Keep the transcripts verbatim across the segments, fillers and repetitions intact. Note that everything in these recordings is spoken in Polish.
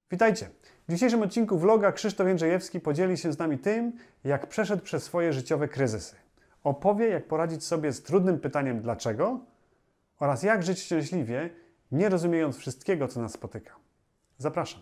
Witajcie! W dzisiejszym odcinku vloga Krzysztof Jędrzejewski podzieli się z nami tym, jak przeszedł przez swoje życiowe kryzysy. Opowie, jak poradzić sobie z trudnym pytaniem dlaczego oraz jak żyć szczęśliwie, nie rozumiejąc wszystkiego, co nas spotyka. Zapraszam.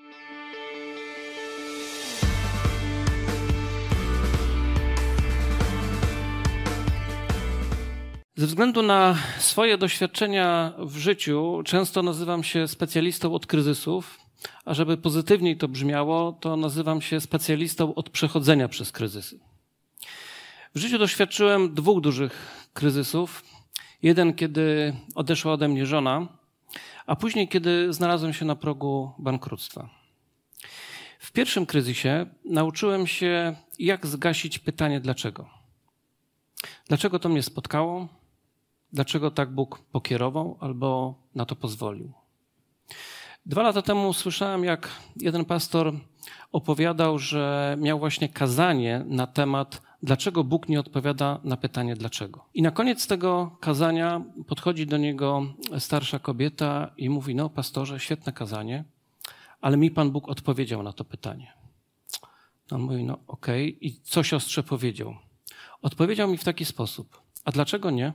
Ze względu na swoje doświadczenia w życiu często nazywam się specjalistą od kryzysów, a żeby pozytywniej to brzmiało, to nazywam się specjalistą od przechodzenia przez kryzysy. W życiu doświadczyłem dwóch dużych kryzysów. Jeden, kiedy odeszła ode mnie żona, a później, kiedy znalazłem się na progu bankructwa. W pierwszym kryzysie nauczyłem się, jak zgasić pytanie dlaczego. Dlaczego to mnie spotkało? Dlaczego tak Bóg pokierował albo na to pozwolił? Dwa lata temu słyszałem, jak jeden pastor opowiadał, że miał właśnie kazanie na temat, dlaczego Bóg nie odpowiada na pytanie dlaczego. I na koniec tego kazania podchodzi do niego starsza kobieta i mówi: no pastorze, świetne kazanie, ale mi Pan Bóg odpowiedział na to pytanie. On mówi: no okej, okay. I co siostrze powiedział? Odpowiedział mi w taki sposób: a dlaczego nie?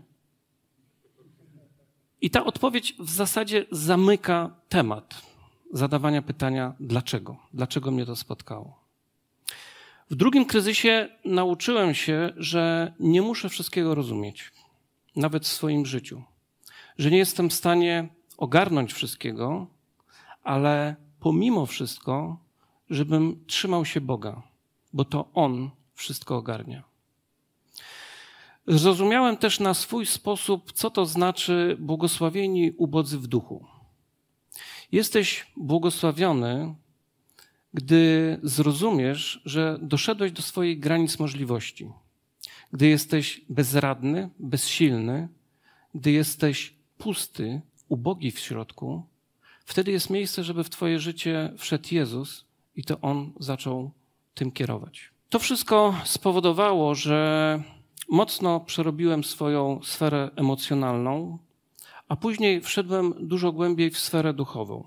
I ta odpowiedź w zasadzie zamyka temat zadawania pytania dlaczego? Dlaczego mnie to spotkało? W drugim kryzysie nauczyłem się, że nie muszę wszystkiego rozumieć, nawet w swoim życiu. Że nie jestem w stanie ogarnąć wszystkiego, ale pomimo wszystko, żebym trzymał się Boga, bo to On wszystko ogarnia. Zrozumiałem też na swój sposób, co to znaczy błogosławieni ubodzy w duchu. Jesteś błogosławiony, gdy zrozumiesz, że doszedłeś do swoich granic możliwości. Gdy jesteś bezradny, bezsilny, gdy jesteś pusty, ubogi w środku, wtedy jest miejsce, żeby w twoje życie wszedł Jezus i to On zaczął tym kierować. To wszystko spowodowało, że mocno przerobiłem swoją sferę emocjonalną, a później wszedłem dużo głębiej w sferę duchową.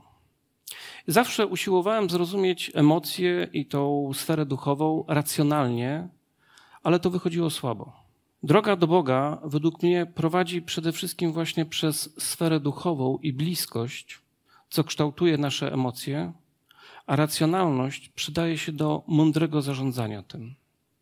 Zawsze usiłowałem zrozumieć emocje i tą sferę duchową racjonalnie, ale to wychodziło słabo. Droga do Boga według mnie prowadzi przede wszystkim właśnie przez sferę duchową i bliskość, co kształtuje nasze emocje, a racjonalność przydaje się do mądrego zarządzania tym.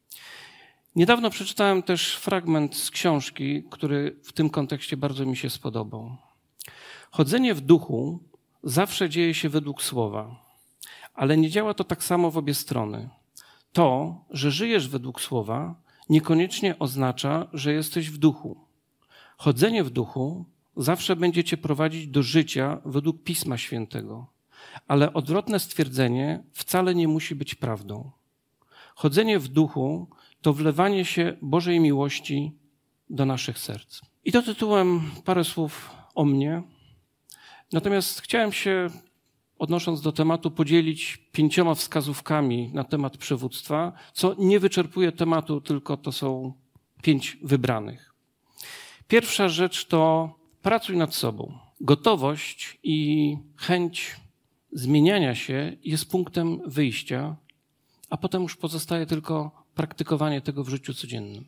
Niedawno przeczytałem też fragment z książki, który w tym kontekście bardzo mi się spodobał. Chodzenie w duchu zawsze dzieje się według słowa, ale nie działa to tak samo w obie strony. To, że żyjesz według słowa, niekoniecznie oznacza, że jesteś w duchu. Chodzenie w duchu zawsze będzie cię prowadzić do życia według Pisma Świętego, ale odwrotne stwierdzenie wcale nie musi być prawdą. Chodzenie w duchu to wlewanie się Bożej miłości do naszych serc. I to tytułem parę słów o mnie. Natomiast chciałem się, odnosząc do tematu, podzielić pięcioma wskazówkami na temat przywództwa, co nie wyczerpuje tematu, tylko to są pięć wybranych. Pierwsza rzecz to pracuj nad sobą. Gotowość i chęć zmieniania się jest punktem wyjścia, a potem już pozostaje tylko praktykowanie tego w życiu codziennym.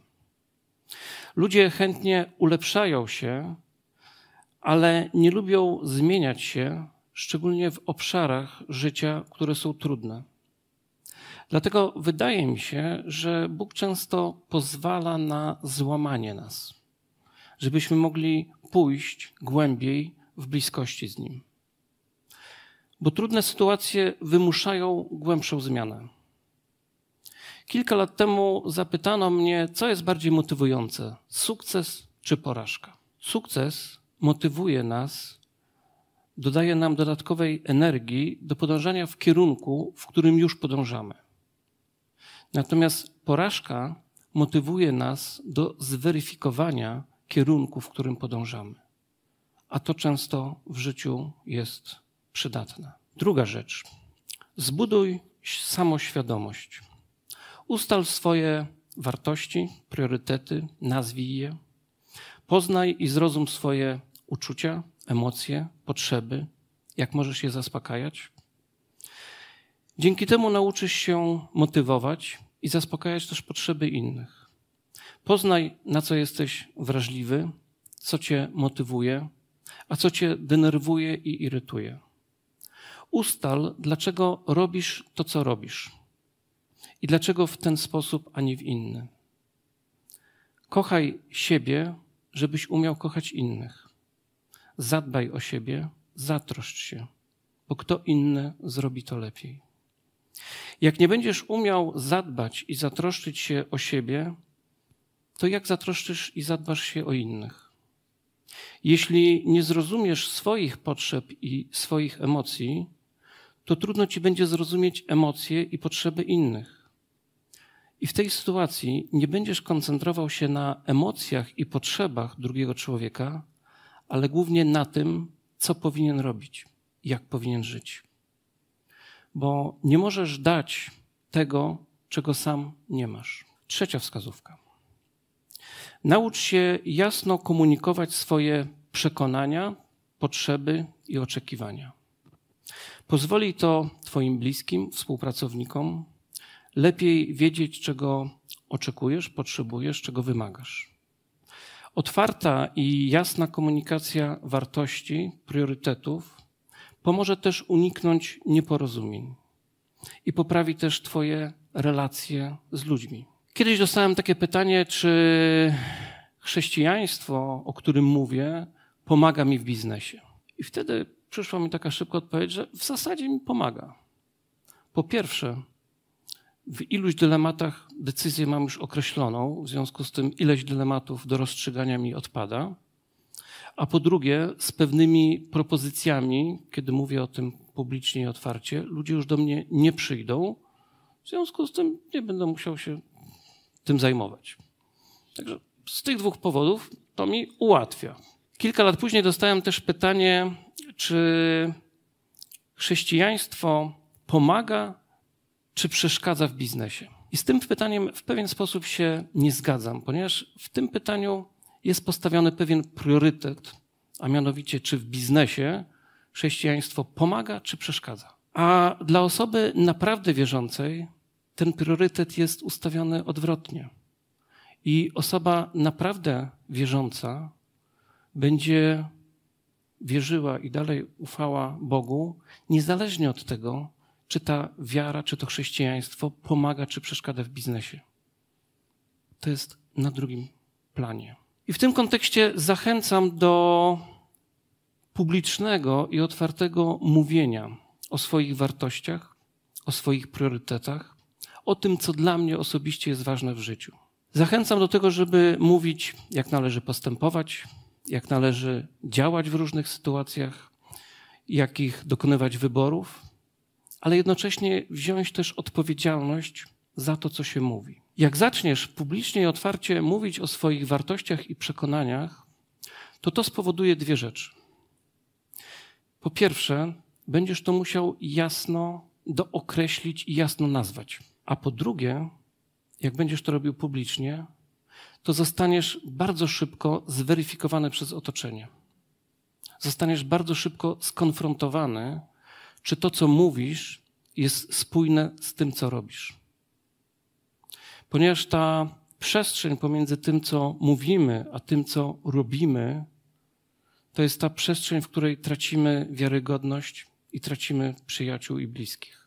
Ludzie chętnie ulepszają się, ale nie lubią zmieniać się, szczególnie w obszarach życia, które są trudne. Dlatego wydaje mi się, że Bóg często pozwala na złamanie nas, żebyśmy mogli pójść głębiej w bliskości z Nim. Bo trudne sytuacje wymuszają głębszą zmianę. Kilka lat temu zapytano mnie, co jest bardziej motywujące, sukces czy porażka. Sukces motywuje nas, dodaje nam dodatkowej energii do podążania w kierunku, w którym już podążamy. Natomiast porażka motywuje nas do zweryfikowania kierunku, w którym podążamy. A to często w życiu jest przydatne. Druga rzecz. Zbuduj samoświadomość. Ustal swoje wartości, priorytety, nazwij je. Poznaj i zrozum swoje uczucia, emocje, potrzeby, jak możesz je zaspokajać. Dzięki temu nauczysz się motywować i zaspokajać też potrzeby innych. Poznaj, na co jesteś wrażliwy, co cię motywuje, a co cię denerwuje i irytuje. Ustal, dlaczego robisz to, co robisz i dlaczego w ten sposób, a nie w inny. Kochaj siebie, żebyś umiał kochać innych. Zadbaj o siebie, zatroszcz się, bo kto inny zrobi to lepiej. Jak nie będziesz umiał zadbać i zatroszczyć się o siebie, to jak zatroszczysz i zadbasz się o innych? Jeśli nie zrozumiesz swoich potrzeb i swoich emocji, to trudno ci będzie zrozumieć emocje i potrzeby innych. I w tej sytuacji nie będziesz koncentrował się na emocjach i potrzebach drugiego człowieka, ale głównie na tym, co powinien robić, jak powinien żyć. Bo nie możesz dać tego, czego sam nie masz. Trzecia wskazówka. Naucz się jasno komunikować swoje przekonania, potrzeby i oczekiwania. Pozwoli to twoim bliskim, współpracownikom lepiej wiedzieć, czego oczekujesz, potrzebujesz, czego wymagasz. Otwarta i jasna komunikacja wartości, priorytetów pomoże też uniknąć nieporozumień i poprawi też twoje relacje z ludźmi. Kiedyś dostałem takie pytanie, czy chrześcijaństwo, o którym mówię, pomaga mi w biznesie. I wtedy przyszła mi taka szybka odpowiedź, że w zasadzie mi pomaga. Po pierwsze, w iluś dylematach decyzję mam już określoną, w związku z tym ileś dylematów do rozstrzygania mi odpada. A po drugie, z pewnymi propozycjami, kiedy mówię o tym publicznie i otwarcie, ludzie już do mnie nie przyjdą, w związku z tym nie będę musiał się tym zajmować. Także z tych dwóch powodów to mi ułatwia. Kilka lat później dostałem też pytanie, czy chrześcijaństwo pomaga, czy przeszkadza w biznesie. I z tym pytaniem w pewien sposób się nie zgadzam, ponieważ w tym pytaniu jest postawiony pewien priorytet, a mianowicie czy w biznesie chrześcijaństwo pomaga, czy przeszkadza. A dla osoby naprawdę wierzącej ten priorytet jest ustawiony odwrotnie. I osoba naprawdę wierząca będzie wierzyła i dalej ufała Bogu, niezależnie od tego, czy ta wiara, czy to chrześcijaństwo pomaga, czy przeszkadza w biznesie. To jest na drugim planie. I w tym kontekście zachęcam do publicznego i otwartego mówienia o swoich wartościach, o swoich priorytetach, o tym, co dla mnie osobiście jest ważne w życiu. Zachęcam do tego, żeby mówić, jak należy postępować, jak należy działać w różnych sytuacjach, jakich dokonywać wyborów, ale jednocześnie wziąć też odpowiedzialność za to, co się mówi. Jak zaczniesz publicznie i otwarcie mówić o swoich wartościach i przekonaniach, to to spowoduje dwie rzeczy. Po pierwsze, będziesz to musiał jasno dookreślić i jasno nazwać. A po drugie, jak będziesz to robił publicznie, to zostaniesz bardzo szybko zweryfikowany przez otoczenie. Zostaniesz bardzo szybko skonfrontowany, czy to, co mówisz, jest spójne z tym, co robisz. Ponieważ ta przestrzeń pomiędzy tym, co mówimy, a tym, co robimy, to jest ta przestrzeń, w której tracimy wiarygodność i tracimy przyjaciół i bliskich.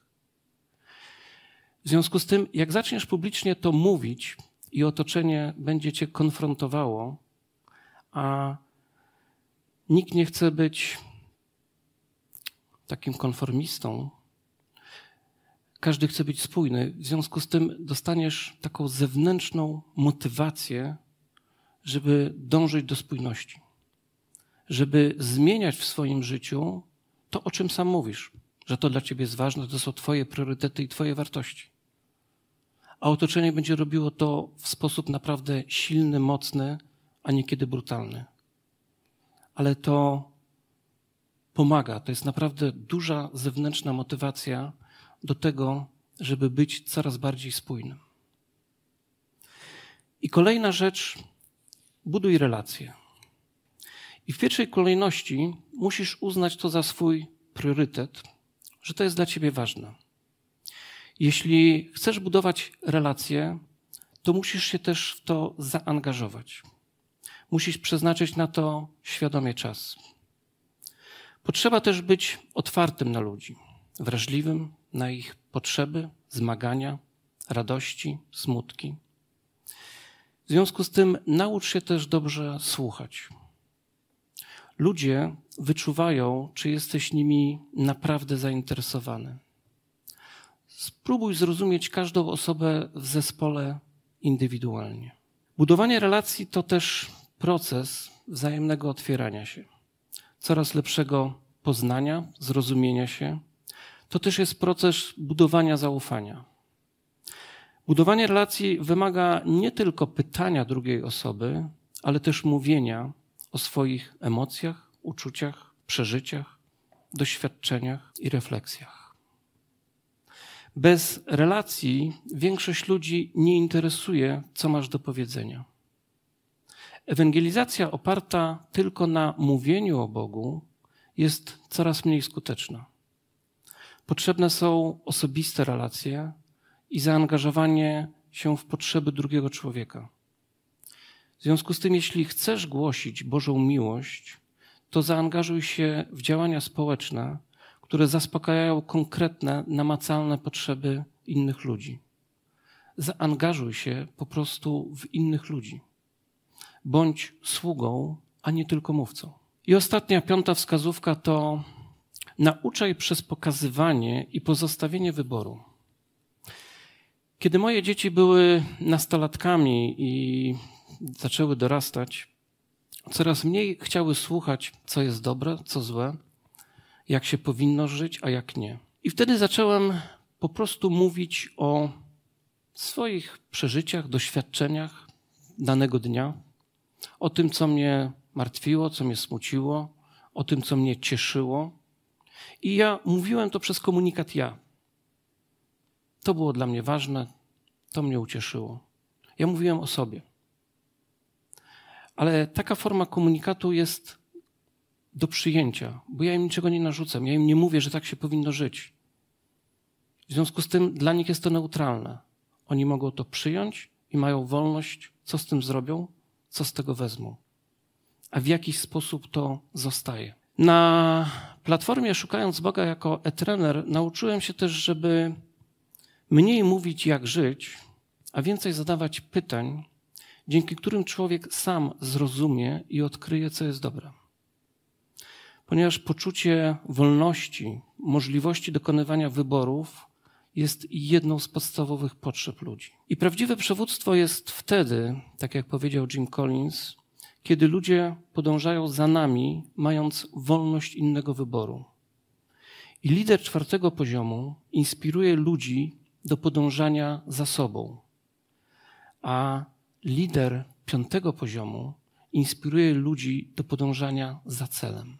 W związku z tym, jak zaczniesz publicznie to mówić i otoczenie będzie cię konfrontowało, a nikt nie chce być takim konformistą, każdy chce być spójny, w związku z tym dostaniesz taką zewnętrzną motywację, żeby dążyć do spójności, żeby zmieniać w swoim życiu to, o czym sam mówisz, że to dla ciebie jest ważne, to są twoje priorytety i twoje wartości. A otoczenie będzie robiło to w sposób naprawdę silny, mocny, a niekiedy brutalny. Ale to pomaga, to jest naprawdę duża zewnętrzna motywacja do tego, żeby być coraz bardziej spójnym. I kolejna rzecz, buduj relacje. I w pierwszej kolejności musisz uznać to za swój priorytet, że to jest dla ciebie ważne. Jeśli chcesz budować relacje, to musisz się też w to zaangażować. Musisz przeznaczyć na to świadomie czas. Potrzeba też być otwartym na ludzi, wrażliwym na ich potrzeby, zmagania, radości, smutki. W związku z tym naucz się też dobrze słuchać. Ludzie wyczuwają, czy jesteś nimi naprawdę zainteresowany. Spróbuj zrozumieć każdą osobę w zespole indywidualnie. Budowanie relacji to też proces wzajemnego otwierania się, coraz lepszego poznania, zrozumienia się. To też jest proces budowania zaufania. Budowanie relacji wymaga nie tylko pytania drugiej osoby, ale też mówienia o swoich emocjach, uczuciach, przeżyciach, doświadczeniach i refleksjach. Bez relacji większość ludzi nie interesuje, co masz do powiedzenia. Ewangelizacja oparta tylko na mówieniu o Bogu jest coraz mniej skuteczna. Potrzebne są osobiste relacje i zaangażowanie się w potrzeby drugiego człowieka. W związku z tym, jeśli chcesz głosić Bożą miłość, to zaangażuj się w działania społeczne, które zaspokajają konkretne, namacalne potrzeby innych ludzi. Zaangażuj się po prostu w innych ludzi. Bądź sługą, a nie tylko mówcą. I ostatnia, piąta wskazówka to nauczaj przez pokazywanie i pozostawienie wyboru. Kiedy moje dzieci były nastolatkami i zaczęły dorastać, coraz mniej chciały słuchać, co jest dobre, co złe, jak się powinno żyć, a jak nie. I wtedy zacząłem po prostu mówić o swoich przeżyciach, doświadczeniach danego dnia, o tym, co mnie martwiło, co mnie smuciło, o tym, co mnie cieszyło. I ja mówiłem to przez komunikat ja. To było dla mnie ważne, to mnie ucieszyło. Ja mówiłem o sobie. Ale taka forma komunikatu jest do przyjęcia, bo ja im niczego nie narzucam, ja im nie mówię, że tak się powinno żyć. W związku z tym dla nich jest to neutralne. Oni mogą to przyjąć i mają wolność, co z tym zrobią, co z tego wezmą. A w jakiś sposób to zostaje. Na platformie Szukając Boga jako e-trener nauczyłem się też, żeby mniej mówić jak żyć, a więcej zadawać pytań, dzięki którym człowiek sam zrozumie i odkryje, co jest dobre. Ponieważ poczucie wolności, możliwości dokonywania wyborów jest jedną z podstawowych potrzeb ludzi. I prawdziwe przywództwo jest wtedy, tak jak powiedział Jim Collins, kiedy ludzie podążają za nami, mając wolność innego wyboru. I lider czwartego poziomu inspiruje ludzi do podążania za sobą, a lider piątego poziomu inspiruje ludzi do podążania za celem.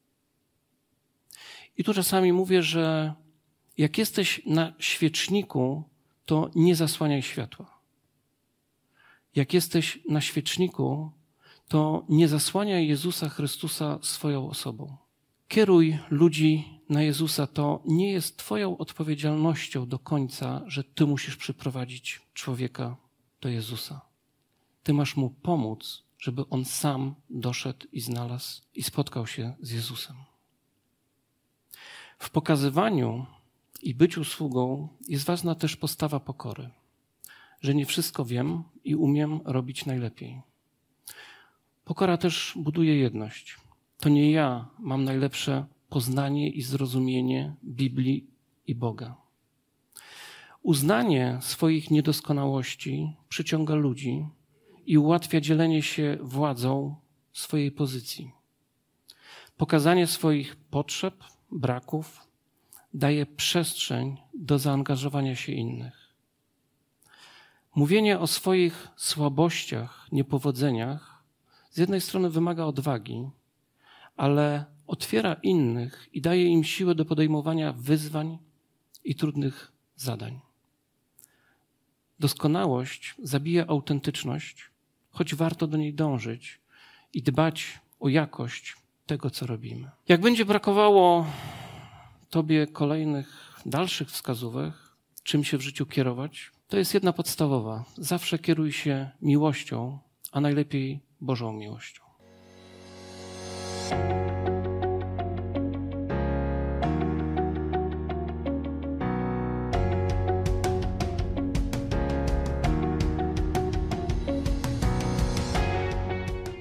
I tu czasami mówię, że jak jesteś na świeczniku, to nie zasłaniaj światła. Jak jesteś na świeczniku, to nie zasłaniaj Jezusa Chrystusa swoją osobą. Kieruj ludzi na Jezusa. To nie jest twoją odpowiedzialnością do końca, że ty musisz przyprowadzić człowieka do Jezusa. Ty masz mu pomóc, żeby on sam doszedł i znalazł i spotkał się z Jezusem. W pokazywaniu i byciu sługą jest ważna też postawa pokory, że nie wszystko wiem i umiem robić najlepiej. Pokora też buduje jedność. To nie ja mam najlepsze poznanie i zrozumienie Biblii i Boga. Uznanie swoich niedoskonałości przyciąga ludzi i ułatwia dzielenie się władzą swojej pozycji. Pokazanie swoich potrzeb, braków daje przestrzeń do zaangażowania się innych. Mówienie o swoich słabościach, niepowodzeniach z jednej strony wymaga odwagi, ale otwiera innych i daje im siłę do podejmowania wyzwań i trudnych zadań. Doskonałość zabija autentyczność, choć warto do niej dążyć i dbać o jakość tego, co robimy. Jak będzie brakowało tobie kolejnych, dalszych wskazówek, czym się w życiu kierować, to jest jedna podstawowa. Zawsze kieruj się miłością, a najlepiej Bożą miłością.